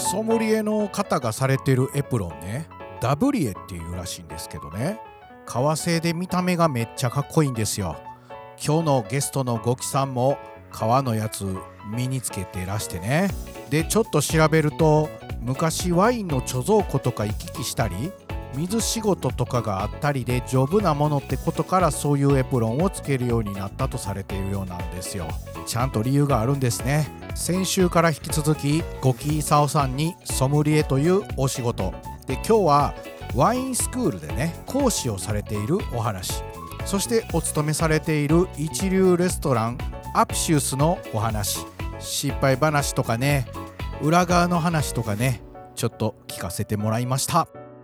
ソムリエの方がされてるエプロンね、ダブリエっていうらしいんですけどね、革製で見た目がめっちゃかっこいいんですよ。今日のゲストのゴキさんも革のやつ身につけてらしてね。でちょっと調べると、昔ワインの貯蔵庫とか行き来したり水仕事とかがあったりで丈夫なものってことから、そういうエプロンをつけるようになったとされているようなんですよ。ちゃんと理由があるんですね。先週から引き続きゴキイサオさんにソムリエというお仕事で、今日はワインスクールでね講師をされているお話、そしてお勤めされている一流レストランアプシウスのお話、失敗話とかね、裏側の話とかね、ちょっと聞かせてもらいました。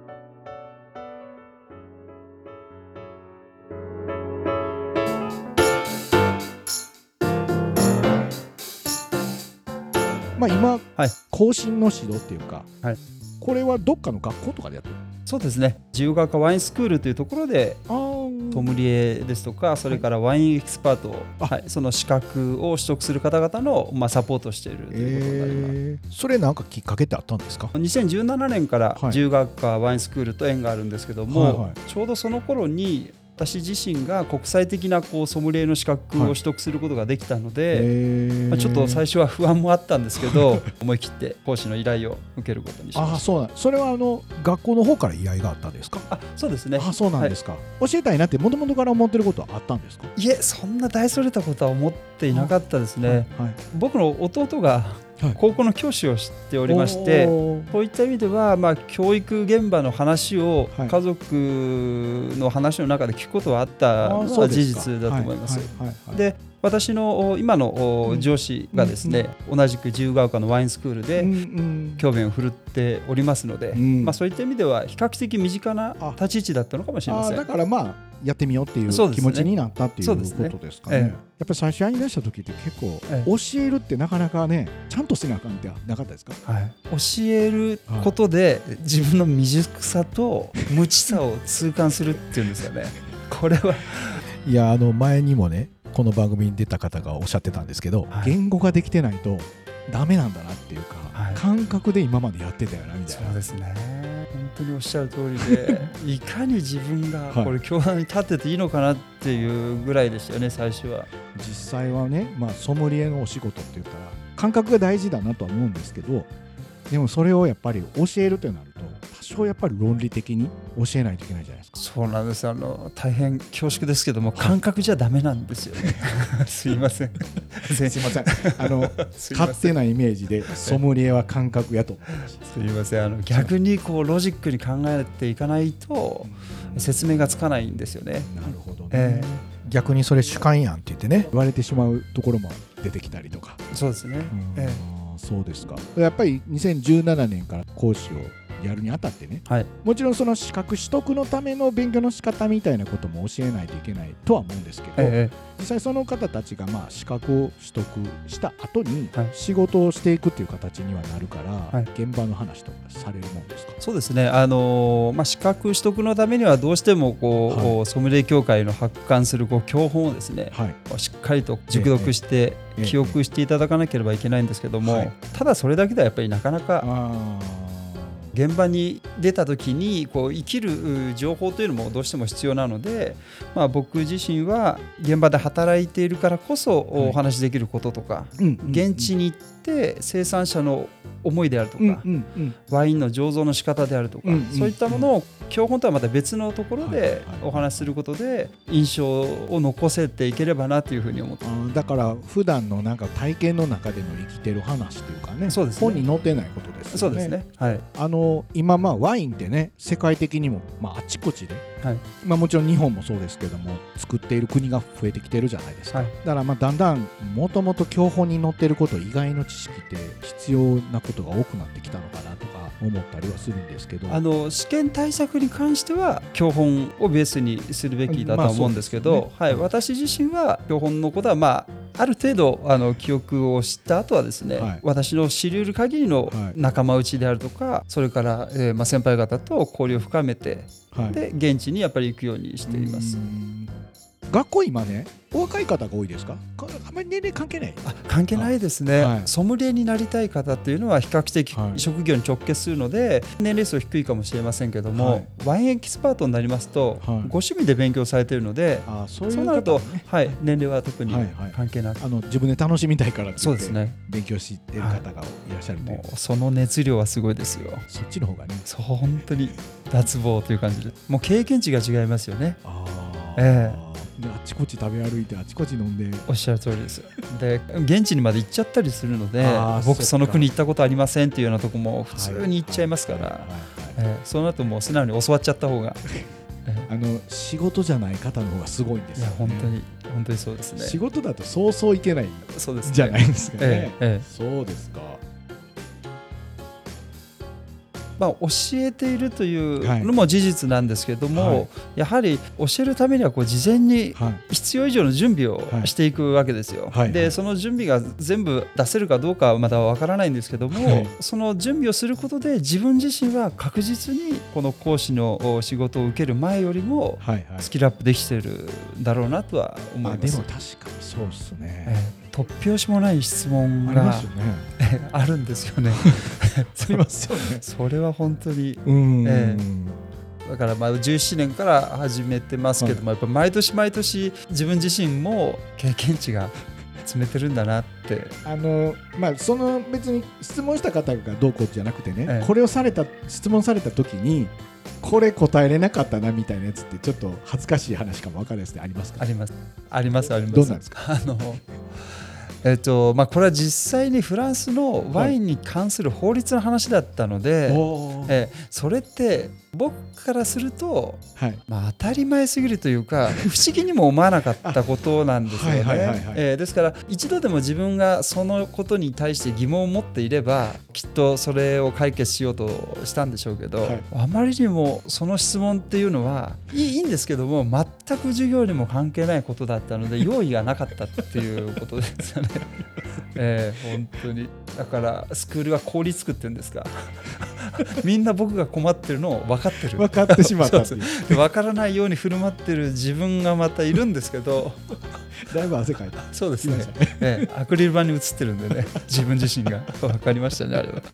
今、後進の指導っていうか、これはどっかの学校とかでやってる？ そうですね、自由が丘ワインスクールというところでソムリエですとか、それからワインエキスパート、その資格を取得する方々の、サポートしているということになります。 それなんかきっかけってあったんですか ？2017年から自由が丘ワインスクールと縁があるんですけども、ちょうどその頃に私自身が国際的なソムリエの資格を取得することができたので、ちょっと最初は不安もあったんですけど思い切って講師の依頼を受けることにしました。 それは学校の方から依頼があったんですか？ そうですね。 そうなんですか。教えたいなってもともとから思ってることはあったんですか？ いえ、そんな大それたことは思っていなかったですね。僕の弟が高校の教師をしておりまして、そういった意味では、教育現場の話を家族の話の中で聞くことはあったのは事実だと思います。で、私の今の上司がですね、同じく自由が丘のワインスクールで教鞭を振るっておりますので、そういった意味では比較的身近な立ち位置だったのかもしれません。 だからやってみようっていう気持ちになったっていうことですかね。やっぱり最初やりだした時って結構教えるってなかなかね、ちゃんとせなあかんってなかったですか？ 教えることで自分の未熟さと無知さを痛感するっていうんですよね。これはいや、前にもねこの番組に出た方がおっしゃってたんですけど、言語ができてないとダメなんだなっていうか、感覚で今までやってたよなみたいな。 そうですね、本当におっしゃる通りでいかに自分がこれ教壇に立ってていいのかなっていうぐらいでしたよね、最初は。 実際はね、ソムリエのお仕事って言ったら感覚が大事だなとは思うんですけど、でもそれをやっぱり教えるとなると多少やっぱり論理的に教えないといけないじゃないですか。 そうなんです。大変恐縮ですけども、感覚じゃダメなんですよねすいませんすいません勝手なイメージでソムリエは感覚やと思いました。 すいません。逆にロジックに考えていかないと説明がつかないんですよね。 なるほどね。逆にそれ主観やんって言ってね言われてしまうところも出てきたりとか。 そうですね。 そうですか。やっぱり2017年から講師をやるにあたってね、もちろんその資格取得のための勉強の仕方みたいなことも教えないといけないとは思うんですけど、実際その方たちが資格を取得した後に仕事をしていくっていう形にはなるから、現場の話とかされるもんですか？ そうですね、資格取得のためにはどうしてもソムリエ協会の発刊する教本をですね、しっかりと熟読して記憶していただかなければいけないんですけども、ただそれだけではやっぱりなかなか現場に出た時に生きる情報というのもどうしても必要なので、僕自身は現場で働いているからこそお話しできることとか、現地に行って生産者の思いであるとか、ワインの醸造の仕方であるとか、そういったものを教本とはまた別のところでお話しすることで印象を残せていければなというふうに思ってます。 だから普段の体験の中での生きてる話というかね、本に載ってないことですよね。 そうですね。 今ワインってね世界的にもあちこちで、もちろん日本もそうですけども作っている国が増えてきてるじゃないですか。だからだんだんもともと教本に載ってること以外の知識って必要なことが多くなってきたのかなとか思ったりはするんですけど、 試験対策に関しては教本をベースにするべきだとは思うんですけど、私自身は教本のことはある程度記憶をした後はですね、私の知り得る限りの仲間内であるとか、それから、先輩方と交流を深めて、で現地にやっぱり行くようにしています。 学校今ねお若い方が多いですか？あんまり年齢関係ない？ 関係ないですね、 はい、 ソムリエになりたい方っていうのは比較的職業に直結するので、年齢層低いかもしれませんけども、はい、ワインエキスパートになりますと、はい、ご趣味で勉強されているので、そうなると、はい、年齢は特に関係なく、 自分で楽しみたいからってそうですね、 勉強している方がいらっしゃるので、 もうその熱量はすごいですよ。 そっちの方がね、 そう本当に脱帽という感じで、もう経験値が違いますよね。 であちこち食べ歩いてあちこち飲んで、 おっしゃる通りです。で現地にまで行っちゃったりするので、僕その国行ったことありませんっていうようなとこも普通に行っちゃいますから、そうなるともう素直に教わっちゃった方が仕事じゃない方の方がすごいんですよね。 いや本当にそうですね。 仕事だとそうそういけないじゃないですかね。そうですか。 教えているというのも事実なんですけども、やはり教えるためには事前に必要以上の準備をしていくわけですよ。でその準備が全部出せるかどうかはまだわからないんですけども、その準備をすることで自分自身は確実にこの講師の仕事を受ける前よりもスキルアップできてるんだろうなとは思います。 でも確かにそうですね。 突拍子もない質問があるんですよね。 ありますよね。 それは本当にだから17年から始めてますけども、やっぱ毎年毎年自分自身も経験値が詰めてるんだなって。 その別に質問した方がどうこうじゃなくてね、これを質問された時にこれ答えれなかったなみたいなやつってちょっと恥ずかしい話かも分かるやつってありますか？ あります。 どうなんですか？ これは実際にフランスのワインに関する法律の話だったので、それって僕からすると、当たり前すぎるというか不思議にも思わなかったことなんですよね。ですから一度でも自分がそのことに対して疑問を持っていればきっとそれを解決しようとしたんでしょうけど、あまりにもその質問っていうのはいいんですけども全く授業にも関係ないことだったので用意がなかったっていうことですよね。本当にだからスクールは凍りつくっていうんですかみんな僕が困ってるのを分かってしまったっていう分からないように振る舞ってる自分がまたいるんですけどだいぶ汗かいた。 そうですね、アクリル板に映ってるんでね自分自身が分かりましたねあれは。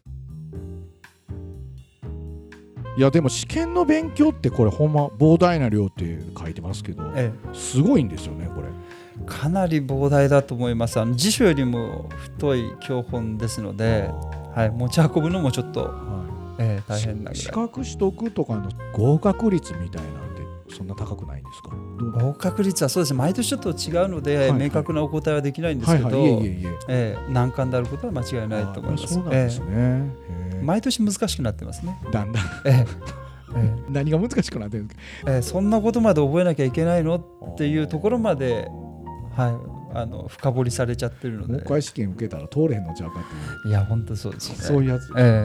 いやでも試験の勉強ってこれほんま膨大な量って書いてますけど、すごいんですよねこれ。 かなり膨大だと思います。辞書よりも太い教本ですので、持ち運ぶのもちょっと、大変なぐらい。 資格取得とかの合格率みたいなんてそんな高くないんですか？ 合格率はそうですね、毎年ちょっと違うので、明確なお答えはできないんですけど、難関であることは間違いないと思います。 そうなんですね。 毎年難しくなってますね。 だんだん何が難しくなってるんですか？ そんなことまで覚えなきゃいけないのっていうところまで深掘りされちゃってるので、 もう一回試験受けたら通れへんのちゃうかっていう。 いや本当そうですね。 そういうやつですね。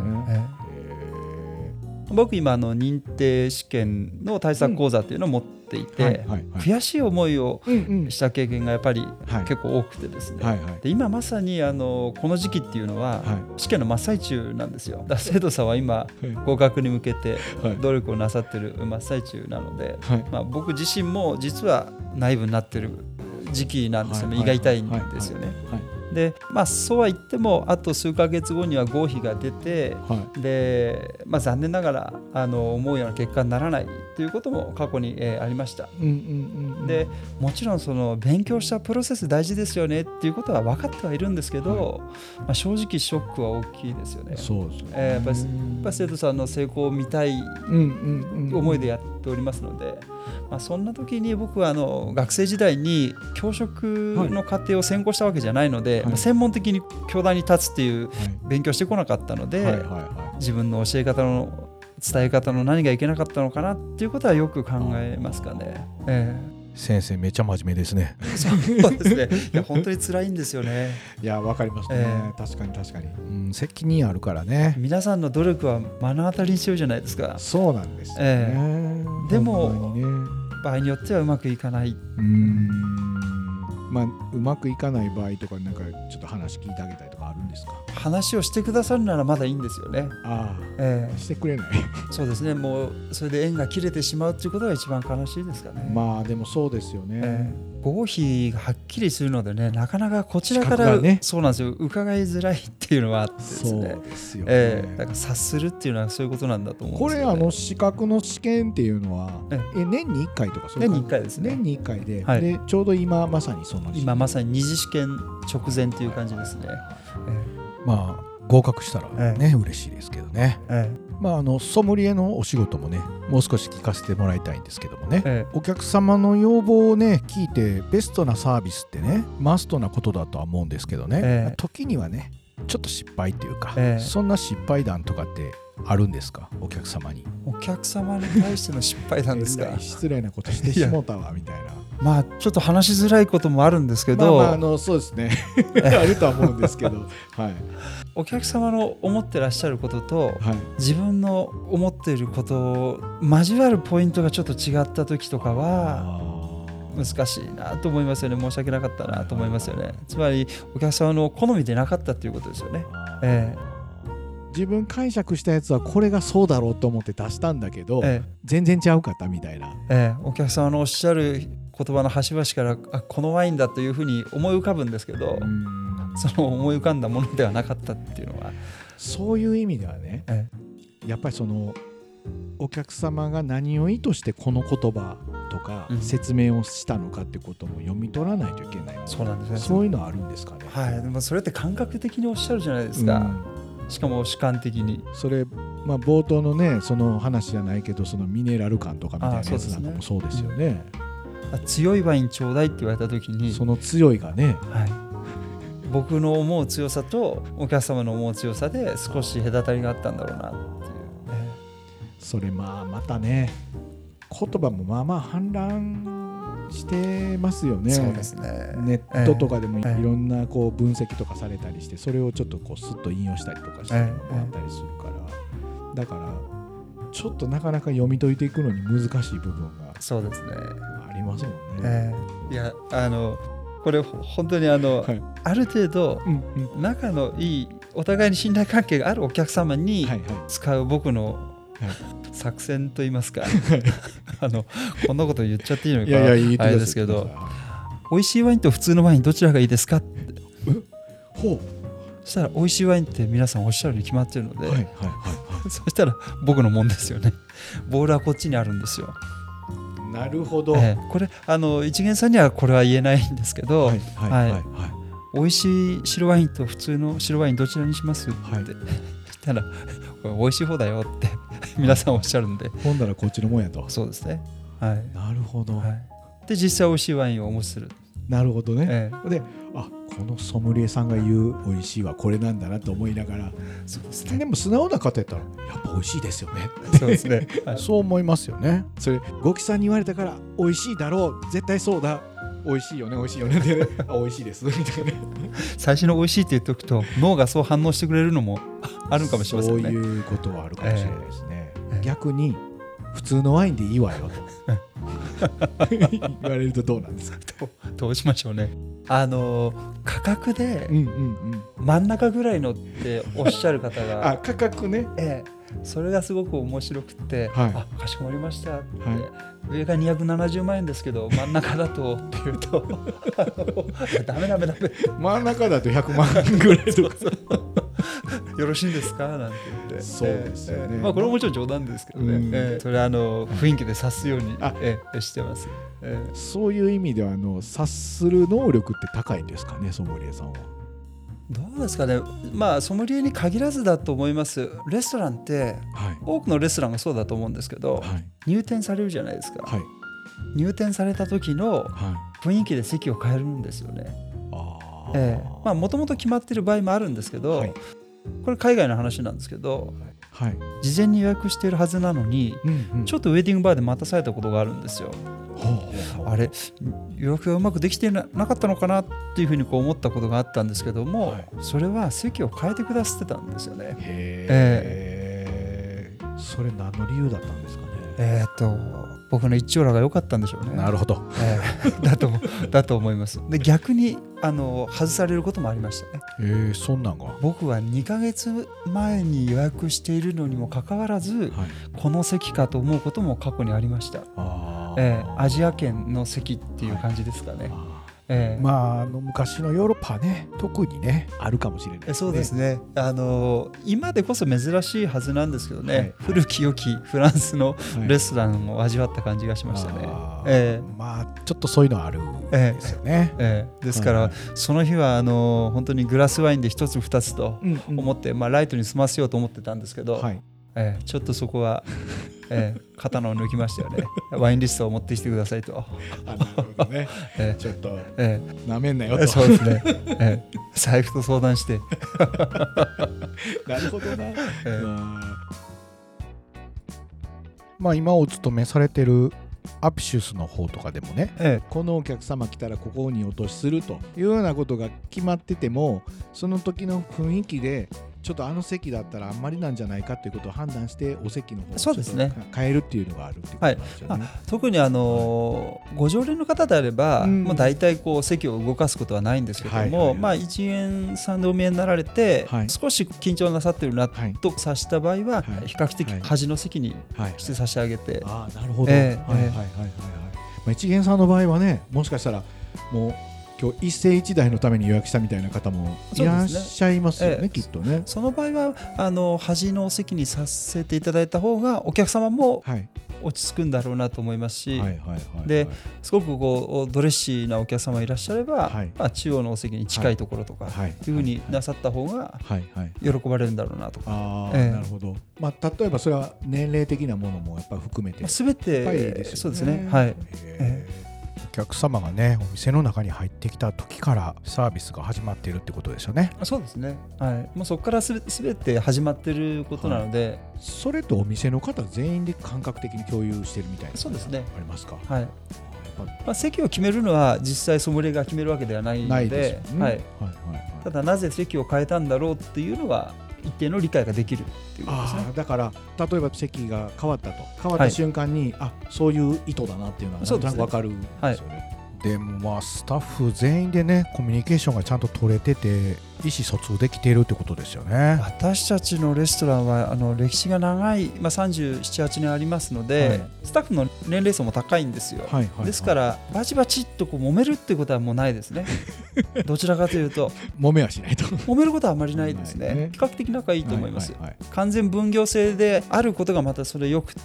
僕今認定試験の対策講座っていうのを持っていて、悔しい思いをした経験がやっぱり結構多くてですね、で今まさにこの時期っていうのは試験の真っ最中なんですよ。だ生徒さんは今合格に向けて努力をなさってる真っ最中なので、僕自身も実は内部になってる時期なんですよね。胃が痛いんですよね。でそうは言ってもあと数ヶ月後には合否が出て、で残念ながら思うような結果にならないということも過去にありました。でもちろんその勉強したプロセス大事ですよねっていうことは分かってはいるんですけど、正直ショックは大きいですよね。 そうですね。 やっぱり生徒さんの成功を見たい思いでやっておりますので、そんな時に僕は学生時代に教職の課程を専攻したわけじゃないので、専門的に教壇に立つっていう勉強してこなかったので、自分の教え方の伝え方の何がいけなかったのかなっていうことはよく考えますかね。 先生めちゃ真面目ですね。 そうですね。いや本当に辛いんですよね。いやわかりますね。確かに、責任あるからね。 皆さんの努力は目の当たりにしてるじゃないですか。 そうなんですよね。 でも、場合によってはうまくいかない。 うまくいかない場合とかなんかちょっと話聞いてあげたりとかあるんですか？ 話をしてくださるならまだいいんですよね。 してくれない。 そうですね。もうそれで縁が切れてしまうっていうことが一番悲しいですかね。 まあでもそうですよね。 合否がはっきりするのでね、なかなかこちらから、ね、そうなんですよ、伺いづらいっていうのはあってですね。 そうですよね。 だから察するっていうのはそういうことなんだと思うんですよね。 これ資格の試験っていうのは年に1回とかそういう年に1回ですね。 年に1回で、でちょうど今まさにその今まさに二次試験直前っていう感じですね。 まあ合格したらね、嬉しいですけどね。まあソムリエのお仕事もね、もう少し聞かせてもらいたいんですけどもね、お客様の要望をね聞いてベストなサービスってねマストなことだとは思うんですけどね、時にはねちょっと失敗っていうか、そんな失敗談とかってあるんですか？お客様に。 お客様に対しての失敗談ですか？ 失礼なことしてしもたわみたいな。 まあちょっと話しづらいこともあるんですけど、 そうですねあるとは思うんですけど、 お客様の思ってらっしゃることと、自分の思っていることを交わるポイントがちょっと違った時とかは難しいなと思いますよね。申し訳なかったなと思いますよね。つまりお客様の好みでなかったっていうことですよね。 自分解釈したやつはこれがそうだろうと思って出したんだけど、全然ちゃうかったみたいな、 お客様のおっしゃる言葉の端々からこのワインだというふうに思い浮かぶんですけど、その思い浮かんだものではなかったっていうのは、 そういう意味ではね、やっぱりそのお客様が何を意図してこの言葉とか説明をしたのかってことも読み取らないといけない。 そうなんですね。 そういうのはあるんですかね。 でもそれって感覚的におっしゃるじゃないですか。しかも主観的に。 それ、冒頭のねその話じゃないけど、そのミネラル感とかみたいなやつなんかもそうですよね。 強いワインちょうだいって言われた時に、 その強いがね、 僕の思う強さとお客様の思う強さで少し隔たりがあったんだろうなっていう、 それまたね言葉も氾濫してますよね。 そうですね。 ネットとかでもいろんなこう分析とかされたりして、それをちょっとこうスッと引用したりとかしてあったりするから、だからちょっとなかなか読み解いていくのに難しい部分がそうですねありますもんね。 いやこれ本当にある程度仲のいいお互いに信頼関係があるお客様に使う僕の作戦といいますかこんなこと言っちゃっていいのかあれですけど、美味しいワインと普通のワインどちらがいいですかって、そしたら美味しいワインって皆さんおっしゃるに決まってるので、そしたら僕のもんですよね。ボールはこっちにあるんですよ。 なるほど。 これ一元さんにはこれは言えないんですけど、美味しい白ワインと普通の白ワインどちらにしますって言ったら、これ美味しい方だよって皆さんおっしゃるんで、 ほんだらこっちのもんやと。 そうですね。 なるほど。 で実際美味しいワインをお持ちする。 なるほどね。でこのソムリエさんが言う美味しいはこれなんだなと思いながら、そうですね。でも素直な方やったらやっぱ美味しいですよね。 そうですね。 そう思いますよね。それゴキさんに言われたから美味しいだろう、絶対そうだ、美味しいよね美味しいよねって美味しいですみたいな。 最初の美味しいって言っておくと脳がそう反応してくれるのもあるかもしれませんね。 そういうことはあるかもしれないですね。逆に普通のワインでいいわよと言われるとどうなんですか？ どうしましょうね。価格で真ん中ぐらいのっておっしゃる方が価格ね、 それがすごく面白くて、かしこまりましたって、上が270万円ですけど真ん中だとって言うとダメ真ん中だと100万ぐらいとかよろしいんですかなんて言って。 そうですよね。 これももちろん冗談ですけどね、それは雰囲気で察すようにしてます。 そういう意味では察する能力って高いんですかね、ソムリエさんは。 どうですかね。ソムリエに限らずだと思います。レストランって、多くのレストランがそうだと思うんですけど、入店されるじゃないですか。入店された時の雰囲気で席を変えるんですよね。もともと決まってる場合もあるんですけど、これ海外の話なんですけど、事前に予約しているはずなのに、ちょっとウェディングバーで待たされたことがあるんですよ。あれ予約がうまくできてなかったのかなっていうふうに思ったことがあったんですけども、それは席を変えてくださってたんですよね。 それ何の理由だったんですかね。 僕の一張羅が良かったんでしょうね。 なるほど、 だと思います。で逆に外されることもありましたね。 そんなんが。 僕は2ヶ月前に予約しているのにもかかわらず、この席かと思うことも過去にありました。アジア圏の席っていう感じですかね。 昔のヨーロッパね、特にねあるかもしれないですね。 そうですね。今でこそ珍しいはずなんですけどね、古き良きフランスのレストランを味わった感じがしましたね。 ちょっとそういうのあるんですよね。 ですから、その日は本当にグラスワインで一つ二つと思って、ライトに済ませようと思ってたんですけど、ちょっとそこは肩の抜きましたよね。ワインリストを持ってきてくださいと。 ちょっとなめんなよと。 そうですね。財布と相談して。 なるほどな。今お勤めされてるアピシュスの方とかでもね、このお客様来たらここにお通しするというようなことが決まってても、その時の雰囲気でちょっと席だったらあんまりなんじゃないかということを判断してお席の方をちょっと変えるっていうのがあるっていうことなんですよね。 特にご常連の方であれば、大体席を動かすことはないんですけども、1円さんでお見えになられて、少し緊張なさってるなと察した場合は、比較的端の席にして差し上げて。 なるほど。一元さんの場合はね、もしかしたらもう今日一世一代のために予約したみたいな方もいらっしゃいますよね、きっとね。 その場合は端の席にさせていただいた方がお客様も落ち着くんだろうなと思いますし、ですごくドレッシーなお客様いらっしゃれば、中央のお席に近いところとかいうふうになさった方が喜ばれるんだろうなとか。 なるほど。例えばそれは年齢的なものもやっぱり含めて全てそうですね。 お客様がね、お店の中に入ってきた時からサービスが始まっているってことですよね。 そうですね。もうそこからすべて始まっていることなので、 それとお店の方全員で感覚的に共有しているみたいな。 そうですね。 ありますか。 席を決めるのは実際ソムリエが決めるわけではないので、ただなぜ席を変えたんだろうっていうのは一定の理解ができるっていうことですね。 だから例えば席が変わった瞬間に、そういう意図だなっていうのはなんとなく分かるんですよね。でもスタッフ全員でね、コミュニケーションがちゃんと取れてて意思疎通できているってことですよね。 私たちのレストランは歴史が長い、37、8年ありますので、スタッフの年齢層も高いんですよ。ですからバチバチっと揉めるってことはもうないですね。どちらかというと揉めはしないと。 揉めることはあまりないですね。比較的仲いいと思います。完全分業制であることがまたそれよくって、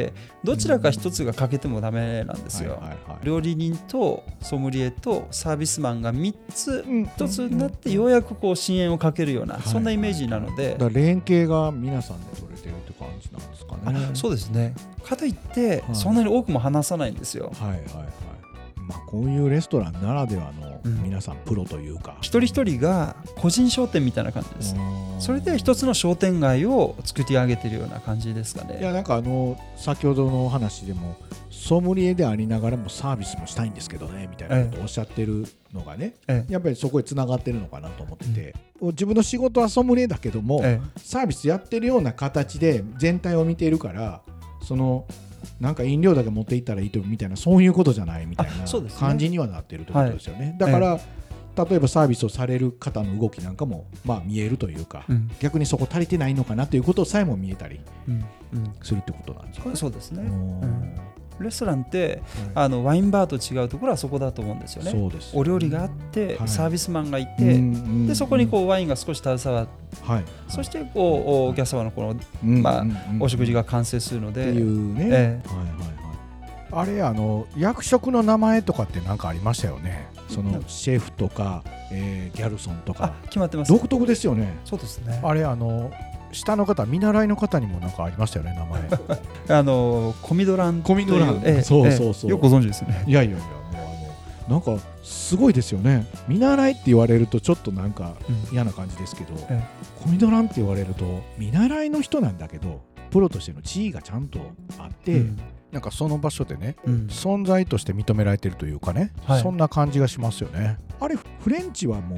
どちらか一つが欠けてもダメなんですよ。料理人とソムリエとサービスマンが3つ1つになってようやく深淵をかけるような、そんなイメージなので、 連携が皆さんで取れてるって感じなんですかね。 そうですね。かといってそんなに多くも話さないんですよ。 こういうレストランならではの皆さんプロというか、 一人一人が個人商店みたいな感じです。それで一つの商店街を作り上げているような感じですかね。 いや、なんか先ほどのお話でもソムリエでありながらもサービスもしたいんですけどねみたいなことをおっしゃってるのがね、やっぱりそこへつながってるのかなと思ってて、自分の仕事はソムリエだけども、サービスやってるような形で全体を見ているから、なんか飲料だけ持っていったらいいとみたいな、そういうことじゃないみたいな感じにはなってるということですよね。だから例えばサービスをされる方の動きなんかも見えるというか、逆にそこ足りてないのかなということさえも見えたりするってことなんですかね。 そうですね。レストランって、ワインバーと違うところはそこだと思うんですよね。お料理があって、サービスマンがいて、でそこにワインが少し携わって、そしてお客様のお食事が完成するのでっていうね。 あれ役職の名前とかって何かありましたよね。シェフとか、ギャルソンとか決まってます。 独特ですよね。 そうですね。 あれ下の方、見習いの方にも何かありましたよね、名前。 コミドラン。 そうよくご存知ですね。 いやなんかすごいですよね。見習いって言われるとちょっとなんか嫌な感じですけど、コミドランって言われると見習いの人なんだけどプロとしての地位がちゃんとあって、なんかその場所でね、存在として認められてるというかね、そんな感じがしますよね。あれフレンチはもう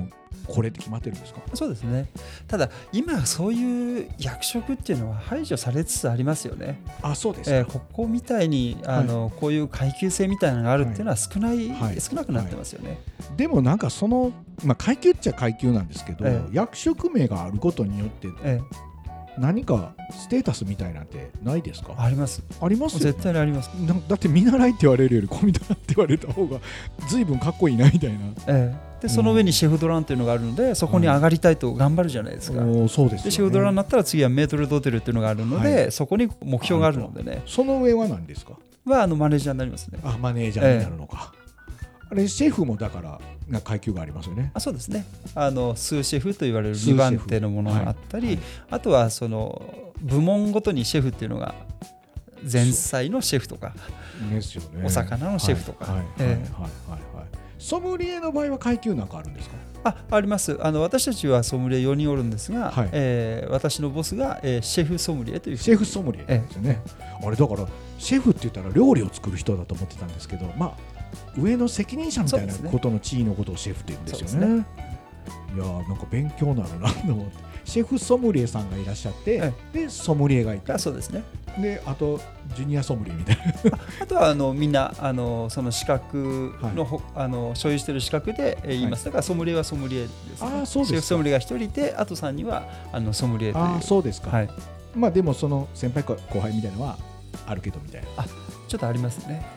これって決まってるんですか？ そうですね。ただ今そういう役職っていうのは排除されつつありますよね。 そうですか。 ここみたいにこういう階級性みたいなのがあるっていうのは少なくなってますよね。 でもなんか階級っちゃ階級なんですけど、役職名があることによって、何かステータスみたいなんてないですか？ あります。 ありますよね。 絶対にあります。 だって見習いって言われるより小見習いって言われた方が随分かっこいいなみたいな。 でその上にシェフドランっていうのがあるので、そこに上がりたいと頑張るじゃないですか。 そうですよね。 でシェフドランになったら次はメートルドテルっていうのがあるので、そこに目標があるのでね。 その上は何ですか？ マネージャーになりますね。 マネージャーになるのか。あれシェフもだから階級がありますよね。 そうですね。スーシェフと言われる2番手のものがあったり、あとはその部門ごとにシェフっていうのが前菜のシェフとかですよね。 お魚のシェフとか。 ソムリエの場合は階級なんかあるんですか？ あります。私たちはソムリエ4人おるんですが、私のボスが、シェフソムリエというシェフソムリエですよね。あれだからシェフって言ったら料理を作る人だと思ってたんですけど、上の責任者みたいなことの地位のことをシェフって言うんですよね。いやなんか勉強になるなと思って。シェフソムリエさんがいらっしゃって、でソムリエがいて、 そうですね。 であとジュニアソムリエみたいなあとはみんなその資格の、所有している資格で言います。だからソムリエはソムリエですね。シェフソムリエが1人いて、あと3人はソムリエという。 そうですか。でもその先輩後輩みたいなのはあるけどみたいな。 ちょっとありますね。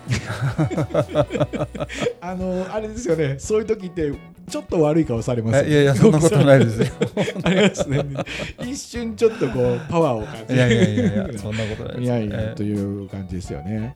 あれですよね。そういう時ってちょっと悪い顔されますよね。 いやそんなことないですよ。 ありますね。一瞬ちょっとパワーを感じる。 いやそんなことないです。 という感じですよね。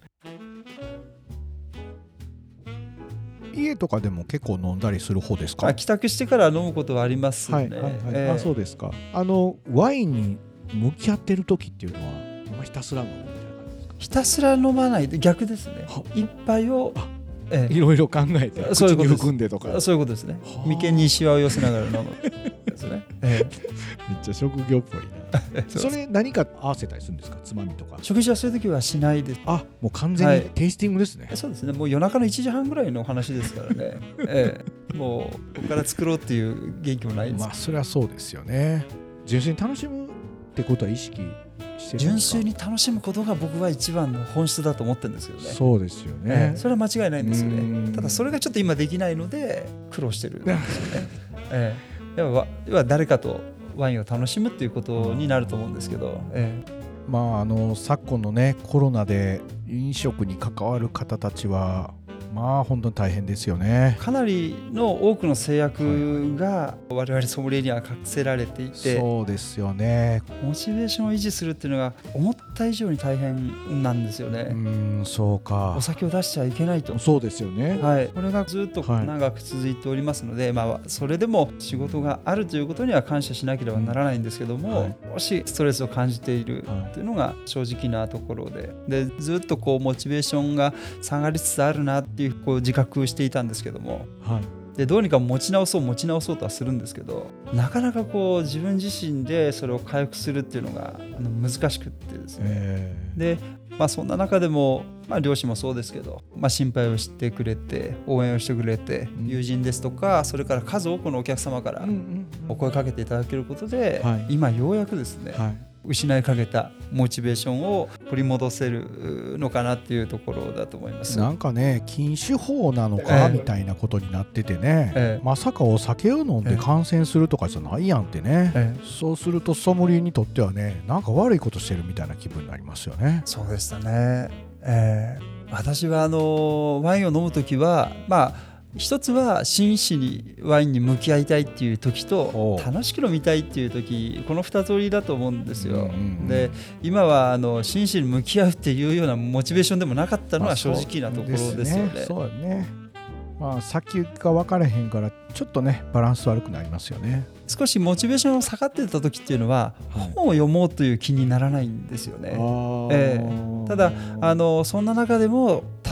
家とかでも結構飲んだりする方ですか？ 帰宅してから飲むことはありますね。 そうですか。ワインに向き合ってる時っていうのはひたすら飲むみたいな感じですか？ ひたすら飲まないで逆ですね。一杯をいろいろ考えて口に含んでとか。 そういうことですね。眉間にシワを寄せながら飲むですね。 めっちゃ職業っぽいな。それ何か合わせたりするんですか？つまみとか。 食事はそういう時はしないです。 もう完全にテイスティングですね。 そうですね。もう夜中の1時半ぐらいの話ですからね。もうここから作ろうっていう元気もないです。 それはそうですよね。 純粋に楽しむってことは意識してるんですか？ 純粋に楽しむことが僕は一番の本質だと思ってるんですよね。 そうですよね。 それは間違いないんですよね。ただそれがちょっと今できないので苦労してるんですよね。要は誰かとワインを楽しむっていうことになると思うんですけど、 昨今のねコロナで飲食に関わる方たちは本当に大変ですよね。 かなりの多くの制約が我々ソムリエには課せられていて、 そうですよね。 モチベーションを維持するっていうのが思った以上に大変なんですよね。 そうか。 お酒を出しちゃいけないと。 そうですよね。 これがずっと長く続いておりますので、それでも仕事があるということには感謝しなければならないんですけども、もしストレスを感じているというのが正直なところで、ずっとモチベーションが下がりつつあるなっていう自覚していたんですけども、でどうにか持ち直そうとはするんですけど、なかなか自分自身でそれを回復するっていうのが難しくってですね、でそんな中でも、両親もそうですけど、心配をしてくれて応援をしてくれて、友人ですとかそれから数多くのお客様からお声かけていただけることで、今ようやくですね、失いかけたモチベーションを取り戻せるのかなっていうところだと思います。 なんかね、禁酒法なのかみたいなことになっててね、まさかお酒を飲んで感染するとかじゃないやんってね、そうするとソムリエにとってはね、なんか悪いことしてるみたいな気分になりますよね。 そうでしたね。私はワインを飲むときは一つは真摯にワインに向き合いたいっていう時と楽しく飲みたいっていう時、この2通りだと思うんですよ。で今は真摯に向き合うっていうようなモチベーションでもなかったのは正直なところですよね。 そうだね。先が分からへんからちょっとねバランス悪くなりますよね。 少しモチベーションが下がってた時っていうのは、本を読もうという気にならないんですよね。ただそんな中でも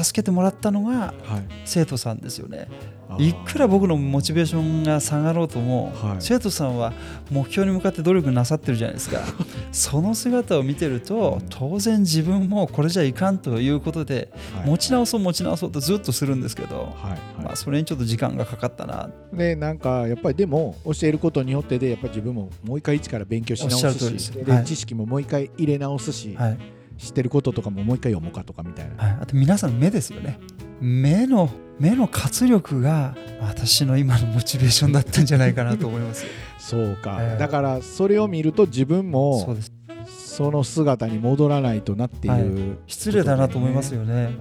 助けてもらったのが生徒さんですよね。いくら僕のモチベーションが下がろうとも、生徒さんは目標に向かって努力なさってるじゃないですか。その姿を見てると当然自分もこれじゃいかんということで、持ち直そうとずっとするんですけど、それにちょっと時間がかかったな。 でなんかやっぱりでも教えることによってやっぱり自分ももう一回一から勉強し直すし、知識ももう一回入れ直すし、知ってることとかももう一回読もうかとかみたいな、 あと皆さんの目ですよね。目の活力が私の今のモチベーションだったんじゃないかなと思いますそうか、だからそれを見ると自分もその姿に戻らないとなっていう、 失礼だなと思いますよね。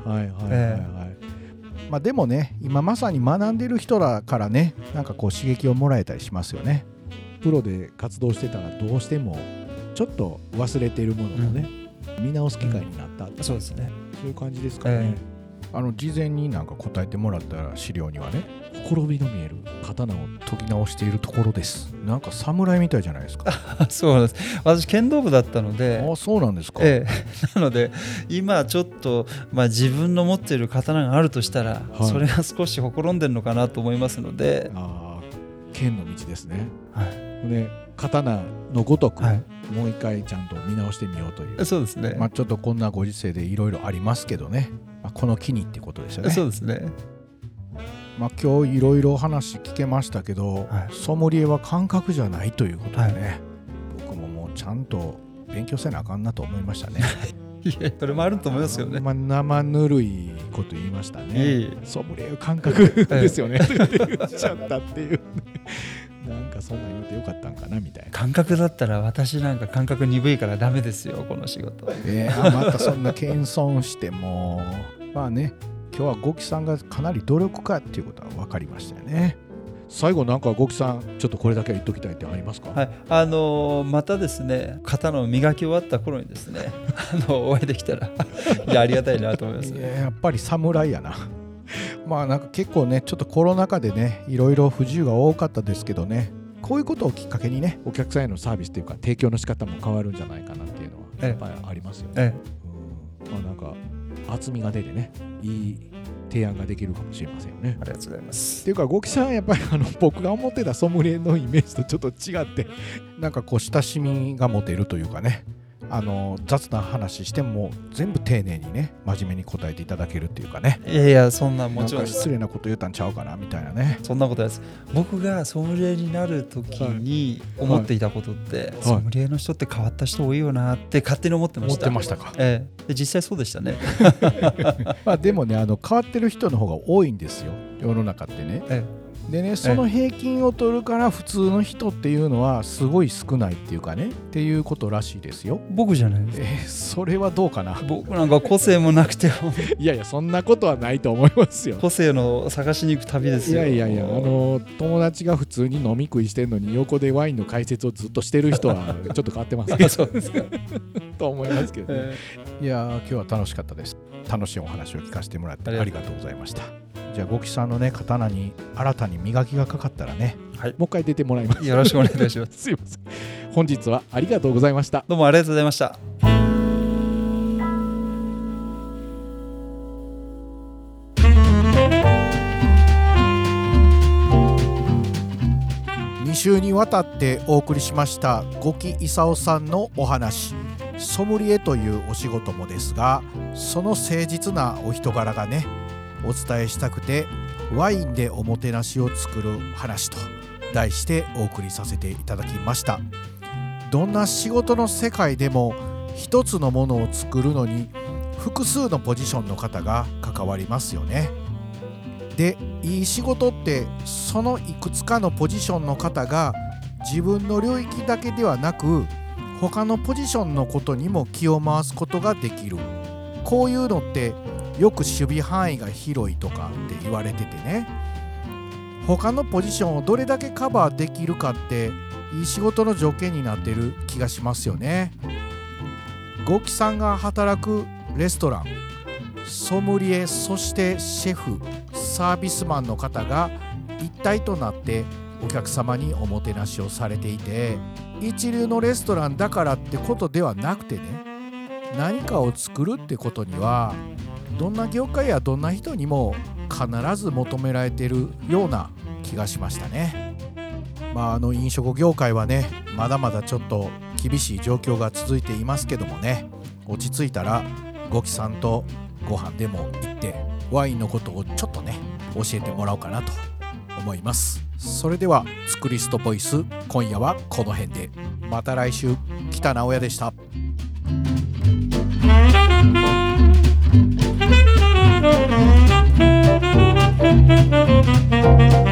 でもね、今まさに学んでる人らからね、なんかこう刺激をもらえたりしますよね。プロで活動してたらどうしてもちょっと忘れているものもね、見直す機会になった、 そうですね。 そういう感じですかね。事前になんか答えてもらった資料にはね、ほころびの見える刀を研ぎ直しているところです。なんか侍みたいじゃないですか。 そうなんです。私剣道部だったので。 そうなんですか。 なので今ちょっと、自分の持っている刀があるとしたら、それが少しほころんでるのかなと思いますので。 剣の道ですね。で刀のごとく、もう一回ちゃんと見直してみようという。 そうですね。 ちょっとこんなご時世でいろいろありますけどね、この機にってことですよね。 そうですね。 今日いろいろ話聞けましたけど、ソムリエは感覚じゃないということでね、僕ももうちゃんと勉強せなあかんなと思いましたね。 いや、それもあると思いますよね。 生ぬるいこと言いましたね。ソムリエは感覚ですよね。言っちゃったっていう。なんかそんなん言うてよかったんかなみたいな。 感覚だったら私なんか感覚鈍いからダメですよ、この仕事。 またそんな謙遜してもね、今日はゴキさんがかなり努力家っていうことは分かりましたよね。最後なんかゴキさんちょっとこれだけは言っときたいってありますか。 またですね、刀を磨き終わった頃にですねお会いできたらありがたいなと思います。 やっぱり侍やな。なんか結構ね、ちょっとコロナ禍でね、いろいろ不自由が多かったですけどね、こういうことをきっかけにね、お客さんへのサービスというか提供の仕方も変わるんじゃないかなっていうのはやっぱりありますよね。なんか厚みが出てね、いい提案ができるかもしれませんよね。 ありがとうございます。 っていうかゴキさんはやっぱり僕が思ってたソムリエのイメージとちょっと違って、なんかこう親しみが持てるというかね、雑な話しても全部丁寧にね、真面目に答えていただけるっていうかね。 いやそんな、もちろん失礼なこと言ったんちゃうかなみたいなね。 そんなことです。僕がソムリエになる時に思っていたことって、ソムリエの人って変わった人多いよなって勝手に思ってました。 思ってましたか。 で実際そうでしたね。 でもね、変わってる人の方が多いんですよ、世の中ってね。でね、その平均を取るから普通の人っていうのはすごい少ないっていうかね、っていうことらしいですよ。 僕じゃないです。 それはどうかな。 僕なんか個性もなくてもいやそんなことはないと思いますよ。 個性の探しに行く旅ですよ。 いや友達が普通に飲み食いしてんのに横でワインの解説をずっとしてる人はちょっと変わってますけどそうですかと思いますけどね。いや今日は楽しかったです。楽しいお話を聞かせてもらってありがとうございました。じゃあゴキさんのね、刀に新たに磨きがかかったらね、もう一回出てもらいます。 よろしくお願いいたします。 すいません。本日はありがとうございました。 どうもありがとうございました。 2週にわたってお送りしました五木勲さんのお話。ソムリエというお仕事もですが、その誠実なお人柄がね、お伝えしたくて、ワインでおもてなしを作る話と題してお送りさせていただきました。どんな仕事の世界でも一つのものを作るのに複数のポジションの方が関わりますよね。で、いい仕事ってそのいくつかのポジションの方が自分の領域だけではなく他のポジションのことにも気を回すことができる。こういうのってよく守備範囲が広いとかって言われててね、他のポジションをどれだけカバーできるかっていい仕事の条件になってる気がしますよね。ゴキさんが働くレストラン、ソムリエ、そしてシェフ、サービスマンの方が一体となってお客様におもてなしをされていて、一流のレストランだからってことではなくてね、何かを作るってことにはどんな業界やどんな人にも必ず求められているような気がしましたね。飲食業界はね、まだまだちょっと厳しい状況が続いていますけどもね、落ち着いたらゴキさんとご飯でも行ってワインのことをちょっとね教えてもらおうかなと思います。それではツクリストボイス、今夜はこの辺で。また来週。北直哉でした。 Thank you.